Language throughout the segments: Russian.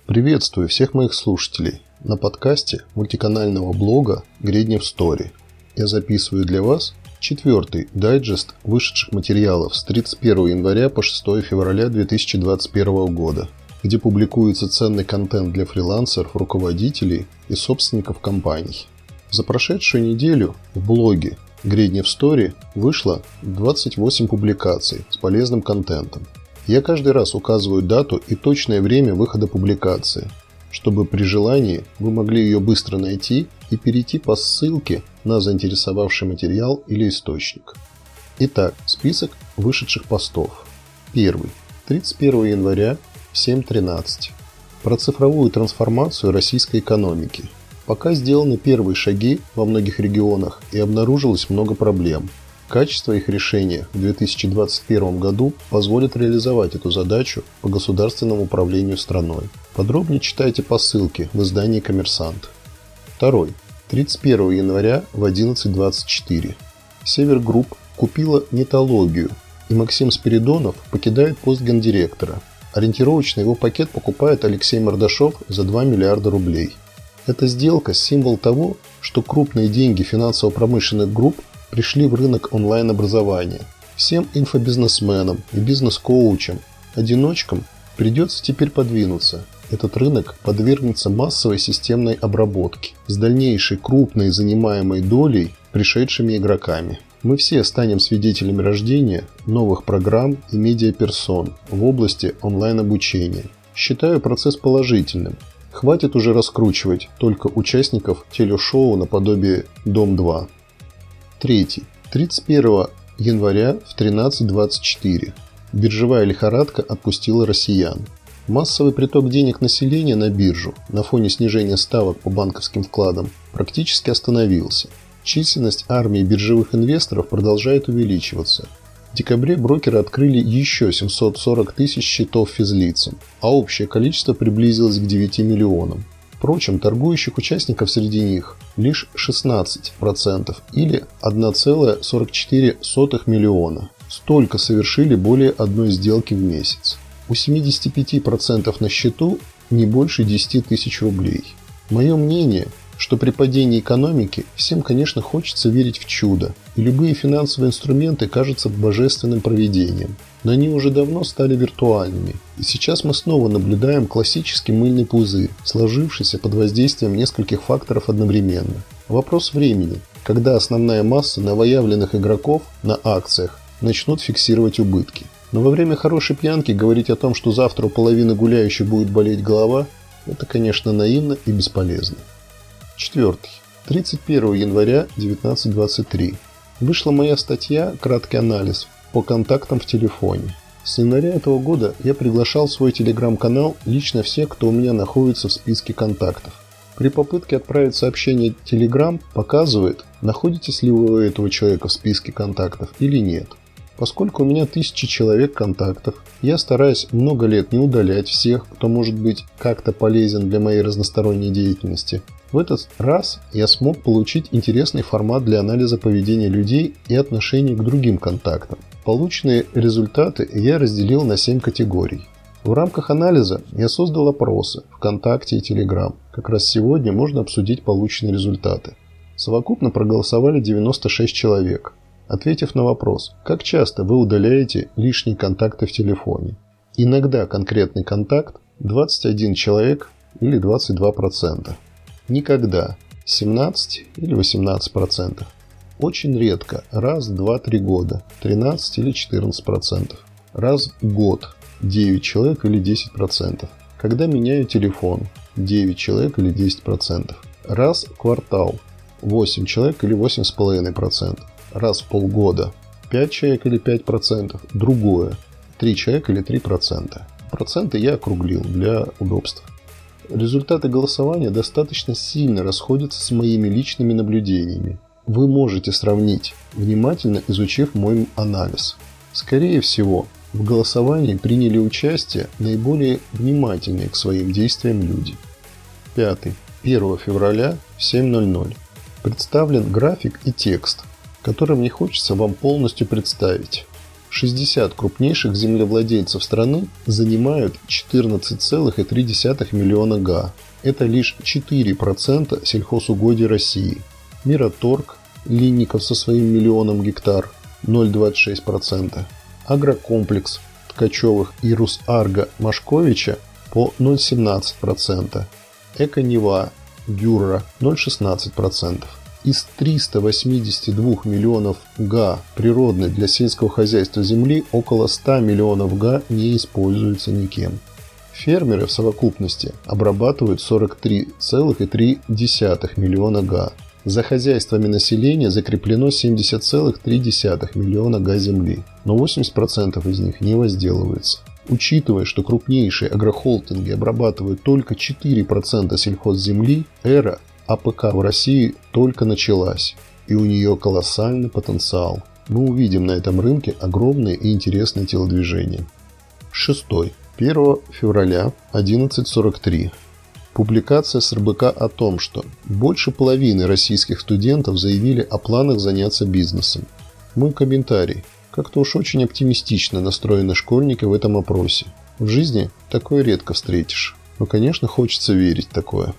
Приветствую всех моих слушателей на подкасте мультиканального блога Гриднев Story. Я записываю для вас 4-й дайджест вышедших материалов с 31 января по 6 февраля 2021 года, где публикуется ценный контент для фрилансеров, руководителей и собственников компаний. За прошедшую неделю в блоге Гриднев Story вышло 28 публикаций с полезным контентом. Я каждый раз указываю дату и точное время выхода публикации, чтобы при желании вы могли ее быстро найти и перейти по ссылке на заинтересовавший материал или источник. Итак, список вышедших постов. Первый. 31 января, 7:13. Про цифровую трансформацию российской экономики. Пока сделаны первые шаги во многих регионах и обнаружилось много проблем. Качество их решения в 2021 году позволит реализовать эту задачу по государственному управлению страной. Подробнее читайте по ссылке в издании «Коммерсант». Второй. 31 января в 11:24. Север Групп купила Нетологию, и Максим Спиридонов покидает пост гендиректора. Ориентировочно его пакет покупает Алексей Мордашов за 2 миллиарда рублей. Эта сделка – символ того, что крупные деньги финансово-промышленных групп пришли в рынок онлайн-образования. Всем инфобизнесменам и бизнес-коучам, одиночкам придется теперь подвинуться. Этот рынок подвергнется массовой системной обработке с дальнейшей крупной занимаемой долей пришедшими игроками. Мы все станем свидетелями рождения новых программ и медиаперсон в области онлайн-обучения. Считаю процесс положительным. Хватит уже раскручивать только участников телешоу наподобие «Дом-2». Третий. 31 января в 13:24. Биржевая лихорадка отпустила россиян. Массовый приток денег населения на биржу на фоне снижения ставок по банковским вкладам практически остановился. Численность армии биржевых инвесторов продолжает увеличиваться. В декабре брокеры открыли еще 740 тысяч счетов физлицам, а общее количество приблизилось к 9 миллионам. Впрочем, торгующих участников среди них лишь 16% или 1,44 миллиона. Столько совершили более одной сделки в месяц. У 75% на счету не больше 10 тысяч рублей. Мое мнение, что при падении экономики всем, конечно, хочется верить в чудо, и любые финансовые инструменты кажутся божественным провидением. Но они уже давно стали виртуальными, и сейчас мы снова наблюдаем классический мыльный пузырь, сложившийся под воздействием нескольких факторов одновременно. Вопрос времени, когда основная масса новоявленных игроков на акциях начнут фиксировать убытки. Но во время хорошей пьянки говорить о том, что завтра у половины гуляющих будет болеть голова, это, конечно, наивно и бесполезно. Четвертый. 31 января 19:23. Вышла моя статья «Краткий анализ» по контактам в телефоне. С января этого года я приглашал в свой телеграм-канал лично всех, кто у меня находится в списке контактов. При попытке отправить сообщение Telegram показывает, находитесь ли вы у этого человека в списке контактов или нет. Поскольку у меня 1000 человек контактов, я стараюсь много лет не удалять всех, кто может быть как-то полезен для моей разносторонней деятельности. В этот раз я смог получить интересный формат для анализа поведения людей и отношений к другим контактам. Полученные результаты я разделил на 7 категорий. В рамках анализа я создал опросы ВКонтакте и Telegram. Как раз сегодня можно обсудить полученные результаты. Совокупно проголосовали 96 человек, ответив на вопрос, как часто вы удаляете лишние контакты в телефоне. Иногда конкретный контакт 21 человек или 22%. Никогда 17 или 18%. Очень редко раз в 2-3 года 13 или 14%. Раз в год 9 человек или 10%. Когда меняю телефон 9 человек или 10%. Раз в квартал 8 человек или 8,5%. Раз в полгода 5 человек или 5%. Другое 3 человека или 3%. Проценты я округлил для удобства. Результаты голосования достаточно сильно расходятся с моими личными наблюдениями. Вы можете сравнить, внимательно изучив мой анализ. Скорее всего, в голосовании приняли участие наиболее внимательные к своим действиям люди. Пятый. 1 февраля в 7:00. Представлен график и текст, который мне хочется вам полностью представить. 60 крупнейших землевладельцев страны занимают 14,3 миллиона га. Это лишь 4% сельхозугодий России. Мираторг, Линников со своим миллионом гектар, 0,26%. Агрокомплекс Ткачевых и Русарго Машковича по 0,17%. Эко-Нева Дюрра 0,16%. Из 382 миллионов га природной для сельского хозяйства земли около 100 миллионов га не используются никем. Фермеры в совокупности обрабатывают 43,3 миллиона га. За хозяйствами населения закреплено 70,3 миллиона га земли, но 80% из них не возделывается. Учитывая, что крупнейшие агрохолдинги обрабатывают только 4% сельхозземли, эра АПК в России только началась, и у нее колоссальный потенциал. Мы увидим на этом рынке огромные и интересные телодвижения. 6. 1 февраля 11:43. Публикация с РБК о том, что больше половины российских студентов заявили о планах заняться бизнесом. Мой комментарий. Как-то уж очень оптимистично настроены школьники в этом опросе. В жизни такое редко встретишь. Но, конечно, хочется верить в такое.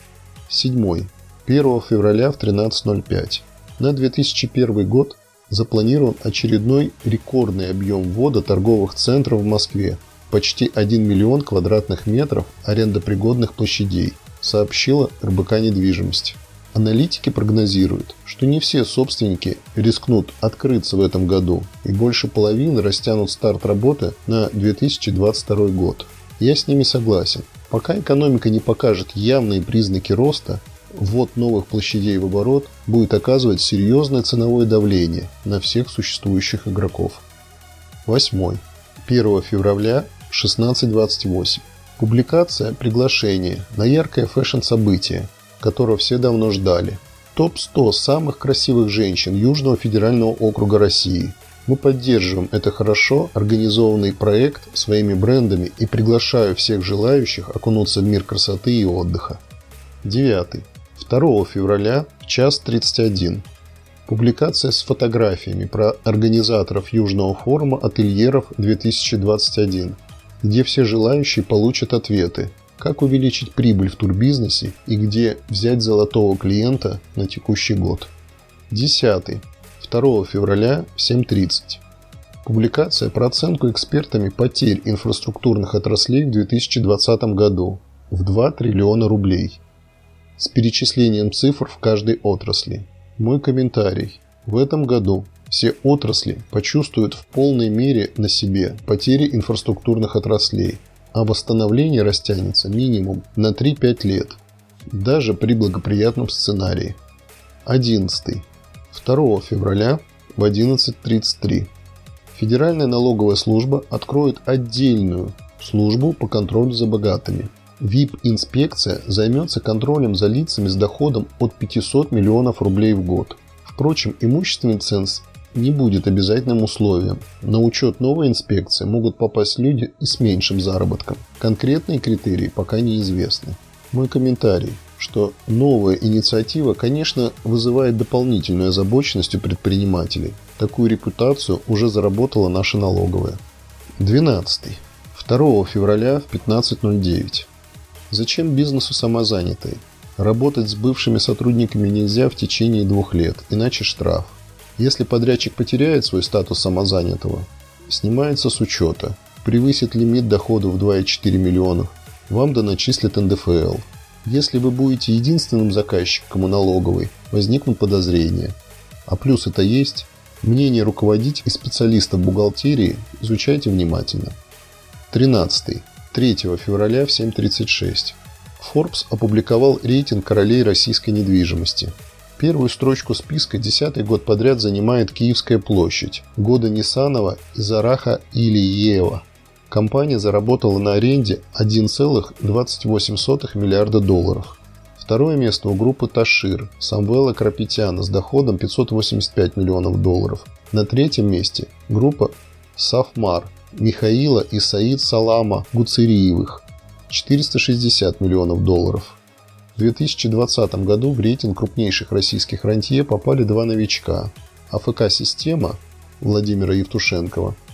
7. 1 февраля в 13:05. На 2001 год запланирован очередной рекордный объем ввода торговых центров в Москве. Почти 1 миллион квадратных метров арендопригодных площадей, сообщила РБК «Недвижимость». Аналитики прогнозируют, что не все собственники рискнут открыться в этом году, и больше половины растянут старт работы на 2022 год. Я с ними согласен. Пока экономика не покажет явные признаки роста, ввод новых площадей в оборот будет оказывать серьезное ценовое давление на всех существующих игроков. 8. 1 февраля 16:28. Публикация приглашения на яркое фэшн-событие, которого все давно ждали. Топ-100 самых красивых женщин Южного федерального округа России. Мы поддерживаем это хорошо организованный проект своими брендами и приглашаю всех желающих окунуться в мир красоты и отдыха. 9. 2 февраля в 1:31. Публикация с фотографиями про организаторов Южного форума ательеров 2021, где все желающие получат ответы, как увеличить прибыль в турбизнесе и где взять золотого клиента на текущий год. 10. 2 февраля в 7:30. Публикация про оценку экспертами потерь инфраструктурных отраслей в 2020 году в 2 триллиона рублей с перечислением цифр в каждой отрасли. Мой комментарий. В этом году все отрасли почувствуют в полной мере на себе потери инфраструктурных отраслей, а восстановление растянется минимум на 3-5 лет, даже при благоприятном сценарии. 11. 2 февраля в 11:33. Федеральная налоговая служба откроет отдельную службу по контролю за богатыми. ВИП-инспекция займется контролем за лицами с доходом от 500 миллионов рублей в год. Впрочем, имущественный ценз не будет обязательным условием. На учет новой инспекции могут попасть люди и с меньшим заработком. Конкретные критерии пока неизвестны. Мой комментарий, что новая инициатива, конечно, вызывает дополнительную озабоченность у предпринимателей. Такую репутацию уже заработала наша налоговая. 12. 2 февраля в 15:09. Зачем бизнесу самозанятые? Работать с бывшими сотрудниками нельзя в течение 2 лет, иначе штраф. Если подрядчик потеряет свой статус самозанятого, снимается с учета, превысит лимит доходов в 2,4 миллионов, вам доначислят НДФЛ. Если вы будете единственным заказчиком у налоговой, возникнут подозрения. А плюс-то есть. Мнение руководителей и специалистов бухгалтерии изучайте внимательно. 13. 3 февраля в 7:36. Forbes опубликовал рейтинг королей российской недвижимости. Первую строчку списка 10-й год подряд занимает Киевская площадь, года Нисанова и Зараха Илиева. Компания заработала на аренде 1,28 миллиарда долларов. Второе место у группы Ташир Самвела Крапетяна с доходом 585 миллионов долларов. На третьем месте группа Сафмар Михаила и Саид Салама Гуцериевых 460 миллионов долларов. В 2020 году в рейтинг крупнейших российских рантье попали 2 новичка. АФК-система Владимира Евтушенкова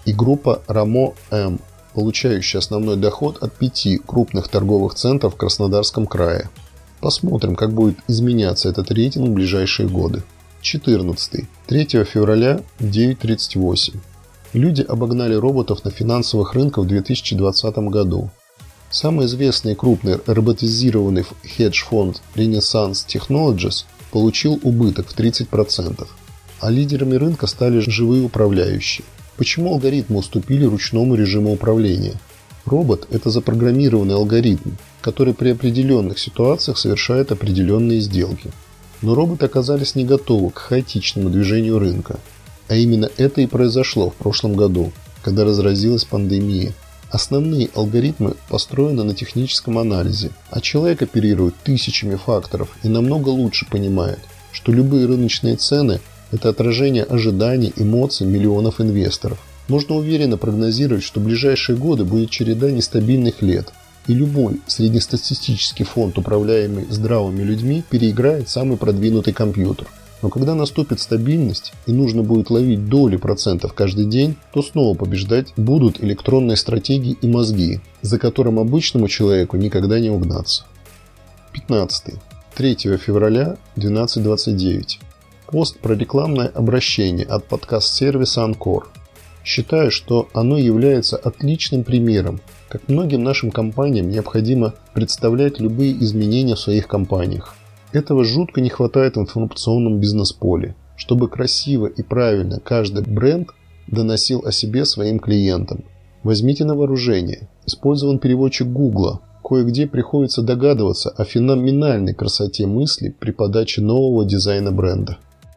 и группа Рамо М, получающая основной доход от 5 крупных торговых центров в Краснодарском крае. Посмотрим, как будет изменяться этот рейтинг в ближайшие годы. 14. 3 февраля 9:38. Люди обогнали роботов на финансовых рынках в 2020 году. Самый известный и крупный роботизированный хедж-фонд Renaissance Technologies получил убыток в 30%, а лидерами рынка стали живые управляющие. Почему алгоритмы уступили ручному режиму управления? Робот – это запрограммированный алгоритм, который при определенных ситуациях совершает определенные сделки. Но роботы оказались не готовы к хаотичному движению рынка. А именно это и произошло в прошлом году, когда разразилась пандемия. Основные алгоритмы построены на техническом анализе, а человек оперирует тысячами факторов и намного лучше понимает, что любые рыночные цены – это отражение ожиданий, эмоций миллионов инвесторов. Можно уверенно прогнозировать, что в ближайшие годы будет череда нестабильных лет, и любой среднестатистический фонд, управляемый здравыми людьми, переиграет самый продвинутый компьютер. Но когда наступит стабильность и нужно будет ловить доли процентов каждый день, то снова побеждать будут электронные стратегии и мозги, за которым обычному человеку никогда не угнаться. 15. 3 февраля 12:29. Пост про рекламное обращение от подкаст-сервиса Анкор. Считаю, что оно является отличным примером, как многим нашим компаниям необходимо представлять любые изменения в своих компаниях. Этого жутко не хватает в информационном бизнес-поле, чтобы красиво и правильно каждый бренд доносил о себе своим клиентам. Возьмите на вооружение. Использован переводчик Гугла. Кое-где приходится догадываться о феноменальной красоте мысли при подаче нового дизайна бренда.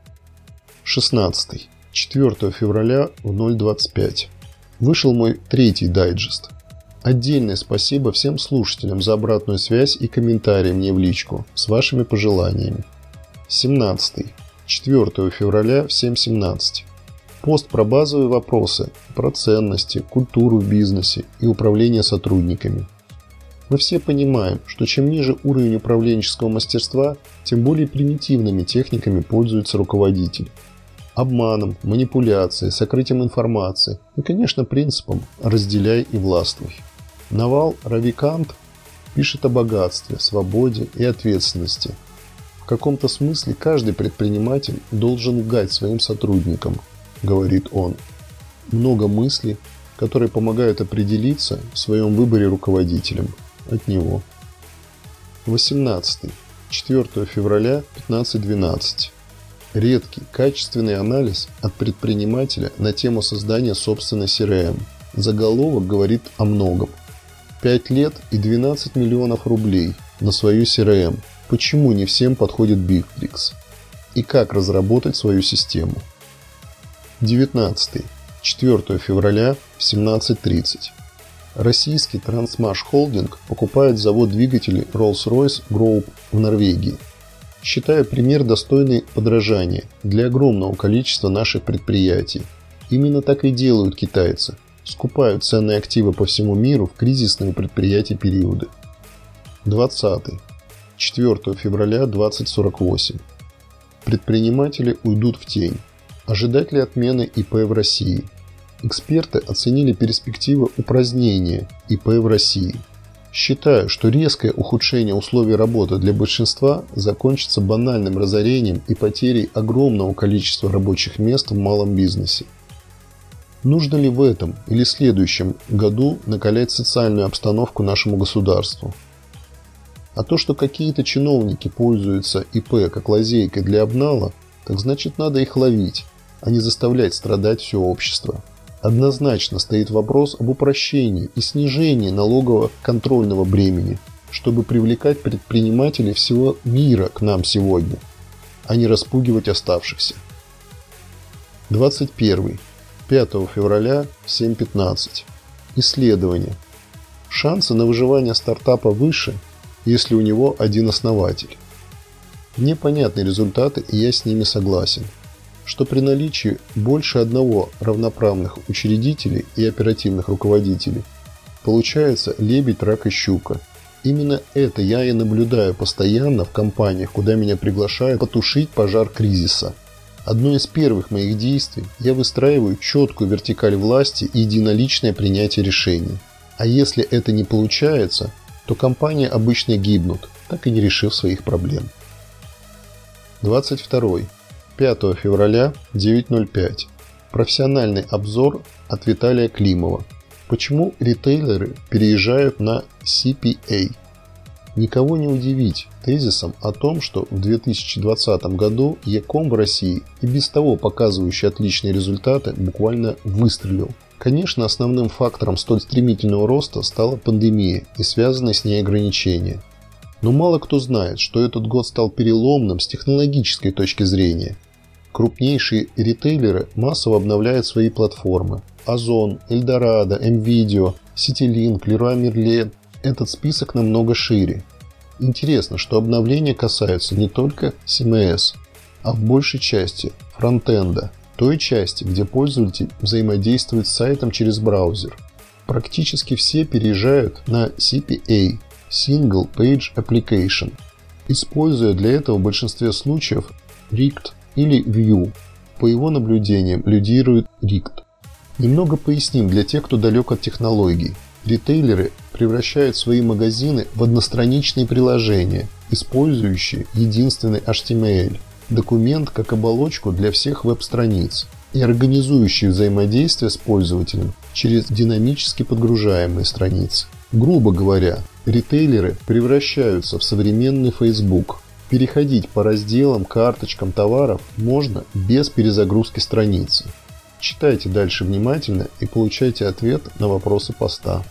16. 4 февраля в 0:25. Вышел мой третий дайджест. Отдельное спасибо всем слушателям за обратную связь и комментарии мне в личку с вашими пожеланиями. 17. 4 февраля в 7:17. Пост про базовые вопросы, про ценности, культуру в бизнесе и управление сотрудниками. Мы все понимаем, что чем ниже уровень управленческого мастерства, тем более примитивными техниками пользуется руководитель. Обманом, манипуляцией, сокрытием информации и, конечно, принципом «разделяй и властвуй». Навал Равикант пишет о богатстве, свободе и ответственности. В каком-то смысле каждый предприниматель должен лгать своим сотрудникам, говорит он. Много мыслей, которые помогают определиться в своем выборе руководителем от него. 18. 4 февраля 15:12. Редкий, качественный анализ от предпринимателя на тему создания собственной CRM. Заголовок говорит о многом. 5 лет и 12 миллионов рублей на свою CRM. Почему не всем подходит Bittrex? И как разработать свою систему? 19. 4 февраля в 17:30. Российский Трансмаш Холдинг покупает завод двигателей Rolls-Royce Group в Норвегии. Считаю пример достойный подражания для огромного количества наших предприятий. Именно так и делают китайцы. Скупают ценные активы по всему миру в кризисные предприятия периоды. 20. 4 февраля 2048. Предприниматели уйдут в тень. Ожидать ли отмены ИП в России? Эксперты оценили перспективы упразднения ИП в России. Считаю, что резкое ухудшение условий работы для большинства закончится банальным разорением и потерей огромного количества рабочих мест в малом бизнесе. Нужно ли в этом или следующем году накалять социальную обстановку нашему государству? А то, что какие-то чиновники пользуются ИП как лазейкой для обнала, так значит надо их ловить, а не заставлять страдать все общество. Однозначно стоит вопрос об упрощении и снижении налогового контрольного бремени, чтобы привлекать предпринимателей всего мира к нам сегодня, а не распугивать оставшихся. 21. 5 февраля в 7:15. Исследование. Шансы на выживание стартапа выше, если у него один основатель. Мне понятны результаты, и я с ними согласен, что при наличии больше одного равноправных учредителей и оперативных руководителей получается лебедь, рак и щука. Именно это я и наблюдаю постоянно в компаниях, куда меня приглашают потушить пожар кризиса. Одно из первых моих действий я выстраиваю четкую вертикаль власти и единоличное принятие решений. А если это не получается, то компании обычно гибнут, так и не решив своих проблем. 22. 5 февраля 9:05. Профессиональный обзор от Виталия Климова. Почему ритейлеры переезжают на CPA? Никого не удивить тезисом о том, что в 2020 году e-com в России, и без того показывающий отличные результаты, буквально выстрелил. Конечно, основным фактором столь стремительного роста стала пандемия и связанные с ней ограничения. Но мало кто знает, что этот год стал переломным с технологической точки зрения. Крупнейшие ритейлеры массово обновляют свои платформы. Озон, Эльдорадо, МВидео, Ситилинк, Леруа Мерлен. Этот список намного шире. Интересно, что обновления касаются не только CMS, а в большей части фронтенда, той части, где пользователь взаимодействует с сайтом через браузер. Практически все переезжают на CPA – Single Page Application, используя для этого в большинстве случаев Rict или Vue. По его наблюдениям лидирует Rict. Немного поясним для тех, кто далек от технологий. Ритейлеры превращают свои магазины в одностраничные приложения, использующие единственный HTML, документ как оболочку для всех веб-страниц, и организующие взаимодействие с пользователем через динамически подгружаемые страницы. Грубо говоря, ритейлеры превращаются в современный Facebook. Переходить по разделам, карточкам товаров можно без перезагрузки страницы. Читайте дальше внимательно и получайте ответ на вопросы поста.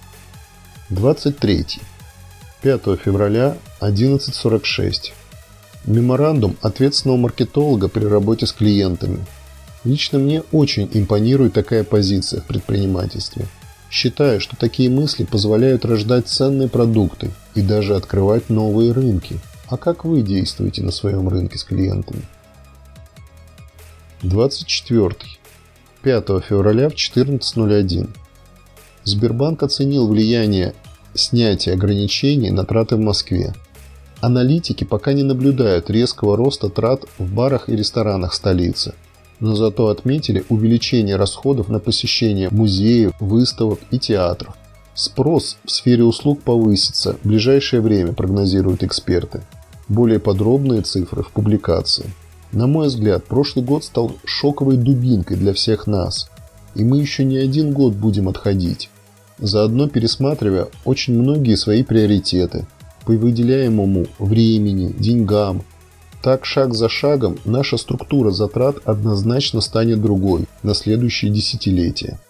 23. 5 февраля 11:46. Меморандум ответственного маркетолога при работе с клиентами. Лично мне очень импонирует такая позиция в предпринимательстве. Считаю, что такие мысли позволяют рождать ценные продукты и даже открывать новые рынки. А как вы действуете на своем рынке с клиентами? 24. 5 февраля в 14:01. Сбербанк оценил влияние снятия ограничений на траты в Москве. Аналитики пока не наблюдают резкого роста трат в барах и ресторанах столицы, но зато отметили увеличение расходов на посещение музеев, выставок и театров. Спрос в сфере услуг повысится в ближайшее время, прогнозируют эксперты. Более подробные цифры в публикации. На мой взгляд, прошлый год стал шоковой дубинкой для всех нас, и мы еще не один год будем отходить, заодно пересматривая очень многие свои приоритеты по выделяемому времени, деньгам. Так, шаг за шагом, наша структура затрат однозначно станет другой на следующие десятилетия.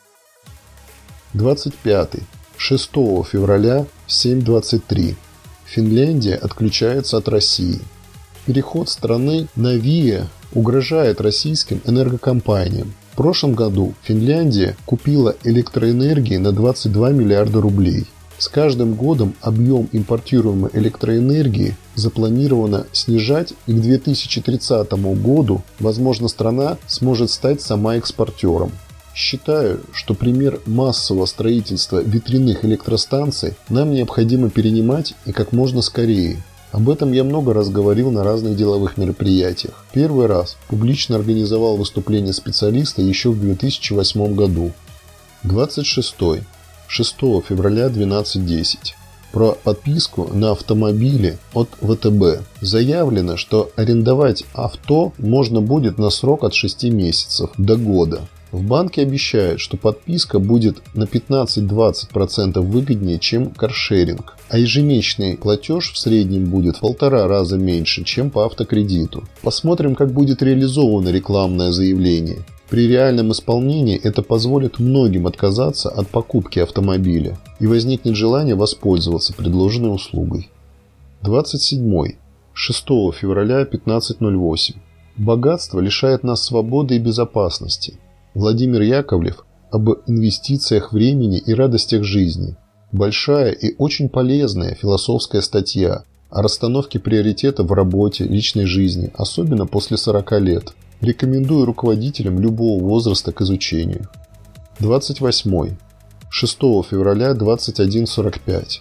25. 6 февраля в 7:23. Финляндия отключается от России. Переход страны на ВИА угрожает российским энергокомпаниям. В прошлом году Финляндия купила электроэнергии на 22 миллиарда рублей. С каждым годом объем импортируемой электроэнергии запланировано снижать, и к 2030 году, возможно, страна сможет стать сама экспортером. Считаю, что пример массового строительства ветряных электростанций нам необходимо перенимать и как можно скорее. Об этом я много раз говорил на разных деловых мероприятиях. Первый раз публично организовал выступление специалиста еще в 2008 году. 26. 6 февраля 12:10. Про подписку на автомобили от ВТБ. Заявлено, что арендовать авто можно будет на срок от 6 месяцев до года. В банке обещают, что подписка будет на 15-20% выгоднее, чем каршеринг, а ежемесячный платеж в среднем будет в 1,5 раза меньше, чем по автокредиту. Посмотрим, как будет реализовано рекламное заявление. При реальном исполнении это позволит многим отказаться от покупки автомобиля, и возникнет желание воспользоваться предложенной услугой. 27. 6 февраля 15:08. Богатство лишает нас свободы и безопасности. Владимир Яковлев об инвестициях времени и радостях жизни. Большая и очень полезная философская статья о расстановке приоритетов в работе, личной жизни, особенно после 40 лет. Рекомендую руководителям любого возраста к изучению. 28. 6 февраля 21:45.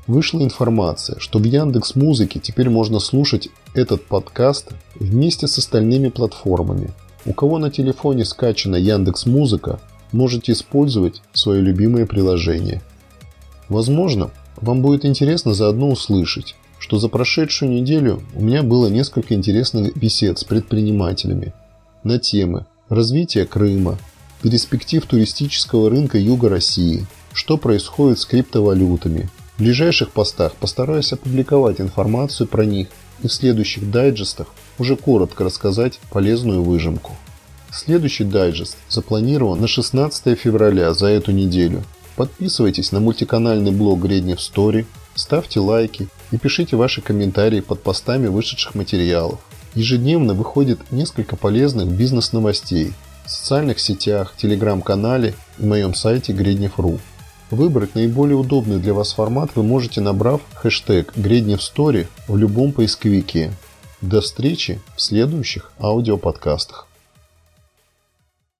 Вышла информация, что в Яндекс.Музыке теперь можно слушать этот подкаст вместе с остальными платформами. У кого на телефоне скачана Яндекс.Музыка, можете использовать свое любимое приложение. Возможно, вам будет интересно заодно услышать, что за прошедшую неделю у меня было несколько интересных бесед с предпринимателями на темы развития Крыма, перспектив туристического рынка Юга России, что происходит с криптовалютами. В ближайших постах постараюсь опубликовать информацию про них и в следующих дайджестах уже коротко рассказать полезную выжимку. Следующий дайджест запланирован на 16 февраля за эту неделю. Подписывайтесь на мультиканальный блог Греднев Story, ставьте лайки и пишите ваши комментарии под постами вышедших материалов. Ежедневно выходит несколько полезных бизнес-новостей в социальных сетях, телеграм-канале и моем сайте Grednev.ru. Выбрать наиболее удобный для вас формат вы можете, набрав хэштег Grednev Story в любом поисковике. До встречи в следующих аудиоподкастах.